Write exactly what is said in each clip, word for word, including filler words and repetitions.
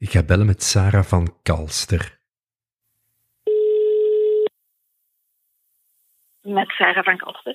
Ik ga bellen met Sarah van Kalster. Met Sarah van Kalster.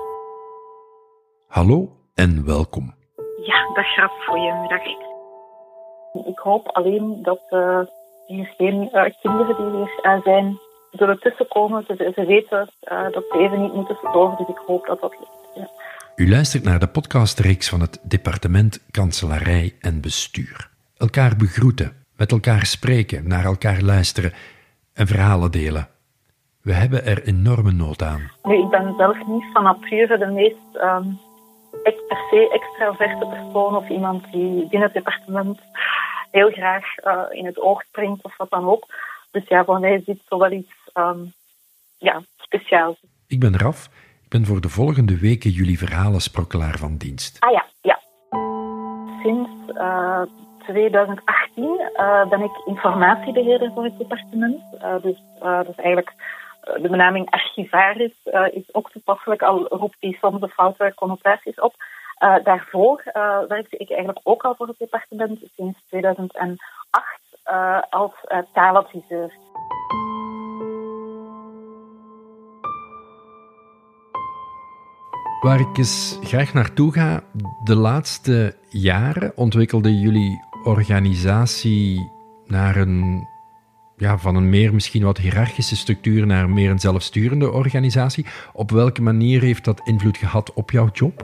Hallo en welkom. Ja, dag Graf, goedemiddag. Ik hoop alleen dat uh, hier geen uh, kinderen die hier uh, zijn zullen tussenkomen. Ze, ze weten uh, dat ze even niet moeten storen, dus ik hoop dat dat lukt. Ja. U luistert naar de podcastreeks van het departement Kanselarij en Bestuur. Elkaar begroeten, met elkaar spreken, naar elkaar luisteren en verhalen delen. We hebben er enorme nood aan. Nu, ik ben zelf niet van nature de meest um, per se extraverte persoon of iemand die binnen het departement heel graag uh, in het oog springt of wat dan ook. Dus ja, voor mij is dit zo wel iets um, ja, speciaals. Ik ben Raf. Ik ben voor de volgende weken jullie verhalensprokkelaar van dienst. Ah ja, ja. Sinds uh, twintig achttien uh, ben ik informatiebeheerder voor het departement. Uh, dus uh, dat is eigenlijk uh, de benaming archivaris uh, is ook toepasselijk, al roept die soms de foute connotaties op. Uh, daarvoor uh, werkte ik eigenlijk ook al voor het departement sinds tweeduizend acht uh, als uh, taaladviseur. Waar ik eens graag naartoe ga, de laatste jaren ontwikkelde jullie organisatie naar een, ja, van een meer misschien wat hiërarchische structuur naar meer een zelfsturende organisatie. Op welke manier heeft dat invloed gehad op jouw job?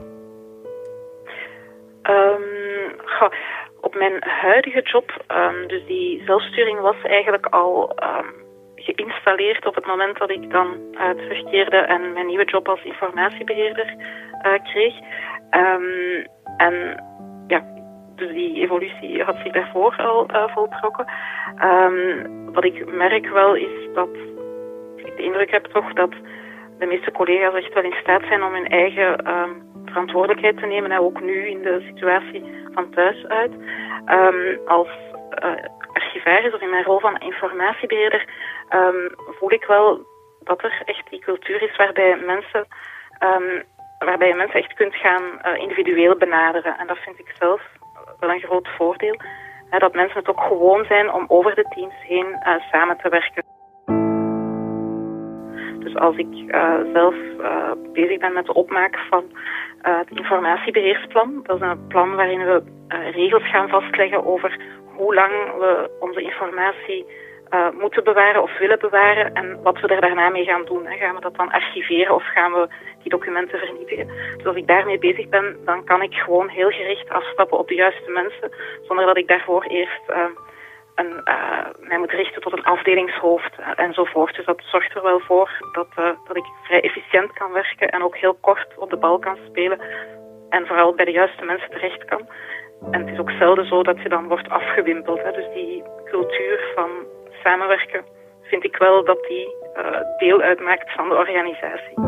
Um, goh, op mijn huidige job, um, dus die zelfsturing was eigenlijk al um, geïnstalleerd op het moment dat ik dan uh, terugkeerde en mijn nieuwe job als informatiebeheerder uh, kreeg. Um, en ja, dus die evolutie had zich daarvoor al uh, voltrokken. Um, wat ik merk wel is dat ik de indruk heb toch dat de meeste collega's echt wel in staat zijn om hun eigen um, verantwoordelijkheid te nemen, en ook nu in de situatie van thuis uit. Um, als uh, archivaris of in mijn rol van informatiebeheerder um, voel ik wel dat er echt die cultuur is waarbij mensen, um, waarbij je mensen echt kunt gaan uh, individueel benaderen. En dat vind ik zelf wel een groot voordeel. Hè, dat mensen het ook gewoon zijn om over de teams heen uh, samen te werken. Dus als ik uh, zelf uh, bezig ben met de opmaak van uh, het informatiebeheersplan, dat is een plan waarin we uh, regels gaan vastleggen over hoe lang we onze informatie uh, moeten bewaren of willen bewaren en wat we er daarna mee gaan doen. Hè. Gaan we dat dan archiveren of gaan we die documenten vernietigen? Dus als ik daarmee bezig ben, dan kan ik gewoon heel gericht afstappen op de juiste mensen, zonder dat ik daarvoor eerst uh, een, uh, mij moet richten tot een afdelingshoofd uh, enzovoort. Dus dat zorgt er wel voor dat, uh, dat ik vrij efficiënt kan werken en ook heel kort op de bal kan spelen en vooral bij de juiste mensen terecht kan. En het is ook zelden zo dat je dan wordt afgewimpeld. Hè. Dus die cultuur van samenwerken vind ik wel dat die uh, deel uitmaakt van de organisatie.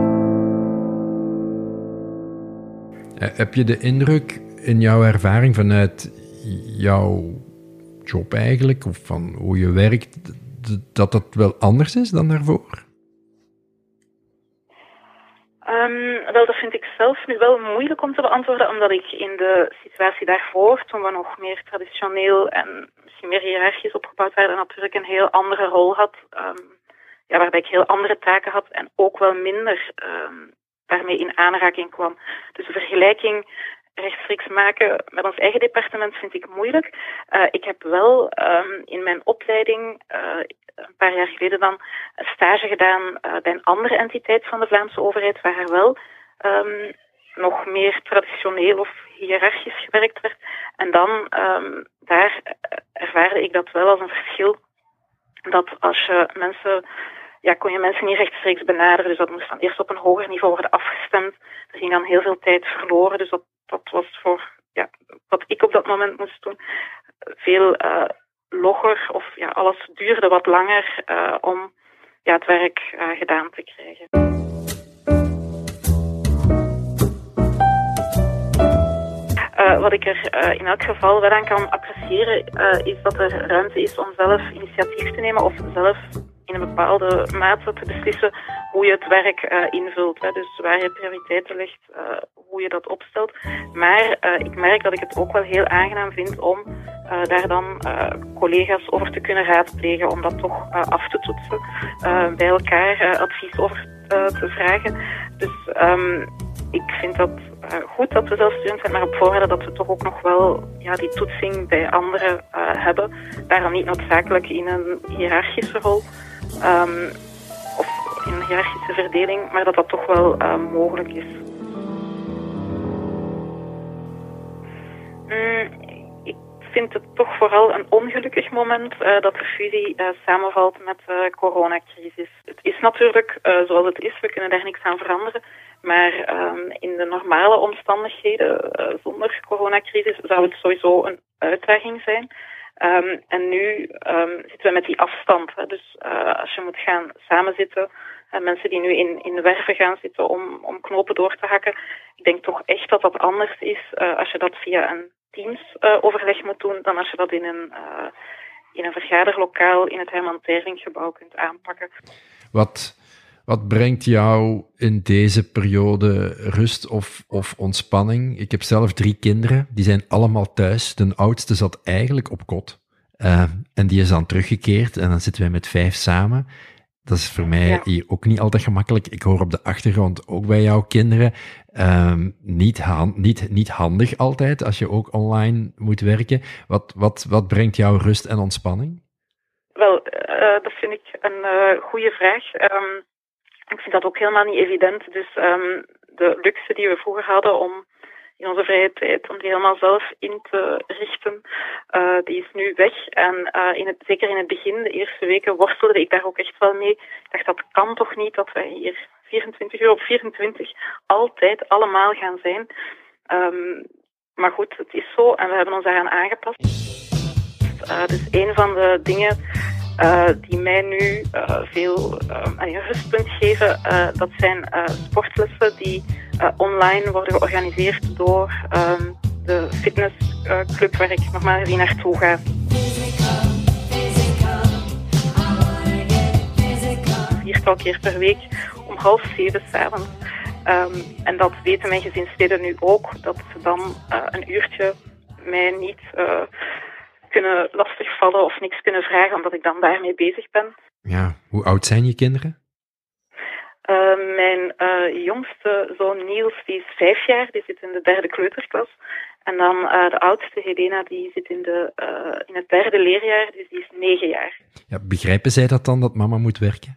Uh, heb je de indruk in jouw ervaring vanuit jouw job eigenlijk, of van hoe je werkt, dat dat wel anders is dan daarvoor? Um, wel, dat vind ik zelf nu wel moeilijk om te beantwoorden, omdat ik in de situatie daarvoor, toen we nog meer traditioneel en misschien meer hiërarchisch opgebouwd werden, natuurlijk een heel andere rol had, um, ja, waarbij ik heel andere taken had en ook wel minder um, daarmee in aanraking kwam. Dus de vergelijking rechtstreeks maken met ons eigen departement vind ik moeilijk. Uh, ik heb wel um, in mijn opleiding uh, een paar jaar geleden dan een stage gedaan uh, bij een andere entiteit van de Vlaamse overheid, waar er wel um, nog meer traditioneel of hiërarchisch gewerkt werd. En dan um, daar ervaarde ik dat wel als een verschil. Dat als je mensen, ja, kon je mensen niet rechtstreeks benaderen, dus dat moest dan eerst op een hoger niveau worden afgestemd. Er ging dan heel veel tijd verloren, dus dat, dat was voor ja, wat ik op dat moment moest doen veel uh, logger, of ja, alles duurde wat langer uh, om ja, het werk uh, gedaan te krijgen. Uh, wat ik er uh, in elk geval wel aan kan appreciëren, uh, is dat er ruimte is om zelf initiatief te nemen of zelf in een bepaalde mate te beslissen hoe je het werk uh, invult. Hè. Dus waar je prioriteiten legt, uh, hoe je dat opstelt. Maar uh, ik merk dat ik het ook wel heel aangenaam vind om uh, daar dan uh, collega's over te kunnen raadplegen om dat toch uh, af te toetsen, uh, bij elkaar uh, advies over uh, te vragen. Dus um, ik vind dat uh, goed dat we zelfsturend zijn, maar op voorwaarde dat we toch ook nog wel ja, die toetsing bij anderen uh, hebben. Daarom niet noodzakelijk in een hiërarchische rol um, of in een hiërarchische verdeling, maar dat dat toch wel uh, mogelijk is. Mm, ik vind het toch vooral een ongelukkig moment uh, dat de fusie uh, samenvalt met de coronacrisis. Het is natuurlijk uh, zoals het is, we kunnen daar niks aan veranderen. Maar um, in de normale omstandigheden, uh, zonder coronacrisis, zou het sowieso een uitdaging zijn. Um, en nu um, zitten we met die afstand. Hè. Dus uh, als je moet gaan samenzitten, uh, mensen die nu in, in de werven gaan zitten om, om knopen door te hakken, ik denk toch echt dat dat anders is uh, als je dat via een Teams-overleg uh, moet doen dan als je dat in een, uh, in een vergaderlokaal in het Herman Tervinggebouw kunt aanpakken. Wat... Wat brengt jou in deze periode rust of, of ontspanning? Ik heb zelf drie kinderen, die zijn allemaal thuis. De oudste zat eigenlijk op kot. Uh, en die is dan teruggekeerd en dan zitten wij met vijf samen. Dat is voor mij ja. hier ook niet altijd gemakkelijk. Ik hoor op de achtergrond ook bij jouw kinderen. Um, niet, hand, niet, niet handig altijd, als je ook online moet werken. Wat, wat, wat brengt jou rust en ontspanning? Wel, uh, dat vind ik een uh, goede vraag. Um, Ik vind dat ook helemaal niet evident. Dus um, de luxe die we vroeger hadden om in onze vrije tijd, om die helemaal zelf in te richten, uh, die is nu weg. En uh, in het, zeker in het begin, de eerste weken, worstelde ik daar ook echt wel mee. Ik dacht, dat kan toch niet dat wij hier vierentwintig uur op vierentwintig altijd allemaal gaan zijn. Um, maar goed, het is zo en we hebben ons daaraan aangepast. Uh, dus een van de dingen Uh, die mij nu uh, veel uh, een rustpunt geven, uh, dat zijn uh, sportlessen die uh, online worden georganiseerd door um, de fitnessclub uh, waar ik normaal gezien naartoe ga. Viertal keer per week om half zeven 's avonds. Um, en dat weten mijn gezinsleden nu ook, dat ze dan uh, een uurtje mij niet Uh, kunnen lastigvallen of niks kunnen vragen, omdat ik dan daarmee bezig ben. Ja, hoe oud zijn je kinderen? Uh, mijn uh, jongste zoon Niels, die is vijf jaar, die zit in de derde kleuterklas. En dan uh, de oudste, Helena, die zit in, de, uh, in het derde leerjaar, dus die is negen jaar. Ja, begrijpen zij dat dan, dat mama moet werken?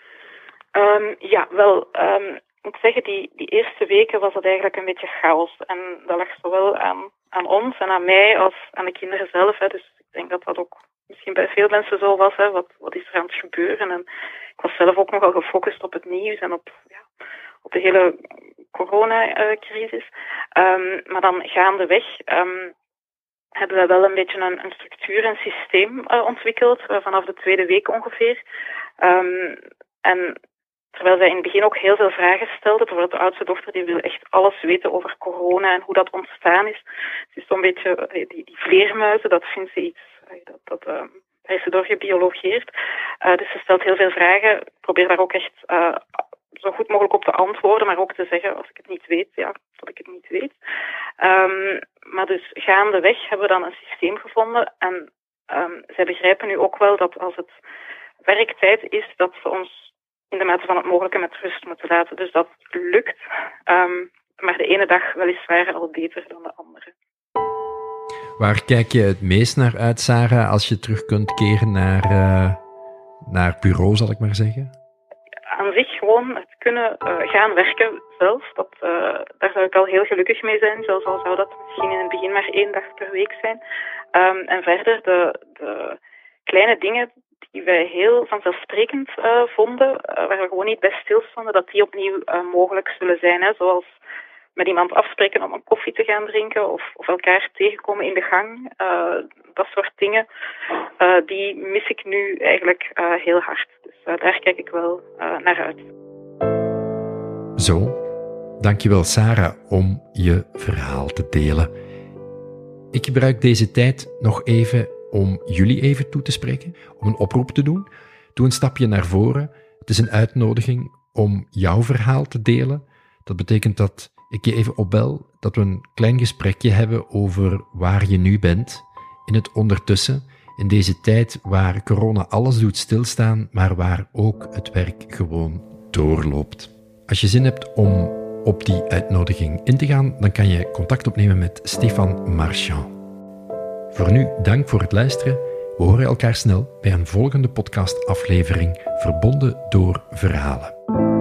Um, ja, wel. Um, ik moet zeggen, die, die eerste weken was het eigenlijk een beetje chaos. En dat lag zowel aan aan ons en aan mij als aan de kinderen zelf. Hè. Dus ik denk dat dat ook misschien bij veel mensen zo was. Hè. Wat, wat is er aan het gebeuren? En ik was zelf ook nogal gefocust op het nieuws en op, ja, op de hele coronacrisis. Um, maar dan gaandeweg um, hebben we wel een beetje een, een structuur en systeem uh, ontwikkeld, uh, vanaf de tweede week ongeveer. Um, en terwijl zij in het begin ook heel veel vragen stelde. Bijvoorbeeld de oudste dochter die wil echt alles weten over corona en hoe dat ontstaan is. Ze is zo'n beetje, die, die vleermuizen, dat vindt ze iets, dat, dat, uh, daar is ze door gebiologeerd. Uh, dus ze stelt heel veel vragen. Ik probeer daar ook echt uh, zo goed mogelijk op te antwoorden, maar ook te zeggen als ik het niet weet, ja, dat ik het niet weet. Um, maar dus gaandeweg hebben we dan een systeem gevonden en um, zij begrijpen nu ook wel dat als het werktijd is, dat ze ons in de mate van het mogelijke met rust moeten laten. Dus dat lukt. Um, maar de ene dag weliswaar al beter dan de andere. Waar kijk je het meest naar uit, Sarah, als je terug kunt keren naar, uh, naar bureau, zal ik maar zeggen? Aan zich gewoon het kunnen uh, gaan werken zelf. Dat, uh, daar zou ik al heel gelukkig mee zijn. Zelfs al zou dat misschien in het begin maar één dag per week zijn. Um, en verder de, de kleine dingen die wij heel vanzelfsprekend uh, vonden, uh, waar we gewoon niet bij stilstonden, dat die opnieuw uh, mogelijk zullen zijn. Hè? Zoals met iemand afspreken om een koffie te gaan drinken of, of elkaar tegenkomen in de gang. Uh, dat soort dingen, uh, die mis ik nu eigenlijk uh, heel hard. Dus uh, daar kijk ik wel uh, naar uit. Zo, dankjewel Sarah om je verhaal te delen. Ik gebruik deze tijd nog even om jullie even toe te spreken, om een oproep te doen. Doe een stapje naar voren. Het is een uitnodiging om jouw verhaal te delen. Dat betekent dat ik je even opbel, dat we een klein gesprekje hebben over waar je nu bent in het ondertussen, in deze tijd waar corona alles doet stilstaan, maar waar ook het werk gewoon doorloopt. Als je zin hebt om op die uitnodiging in te gaan, dan kan je contact opnemen met Stefan Marchand. Voor nu, dank voor het luisteren. We horen elkaar snel bij een volgende podcastaflevering verbonden door verhalen.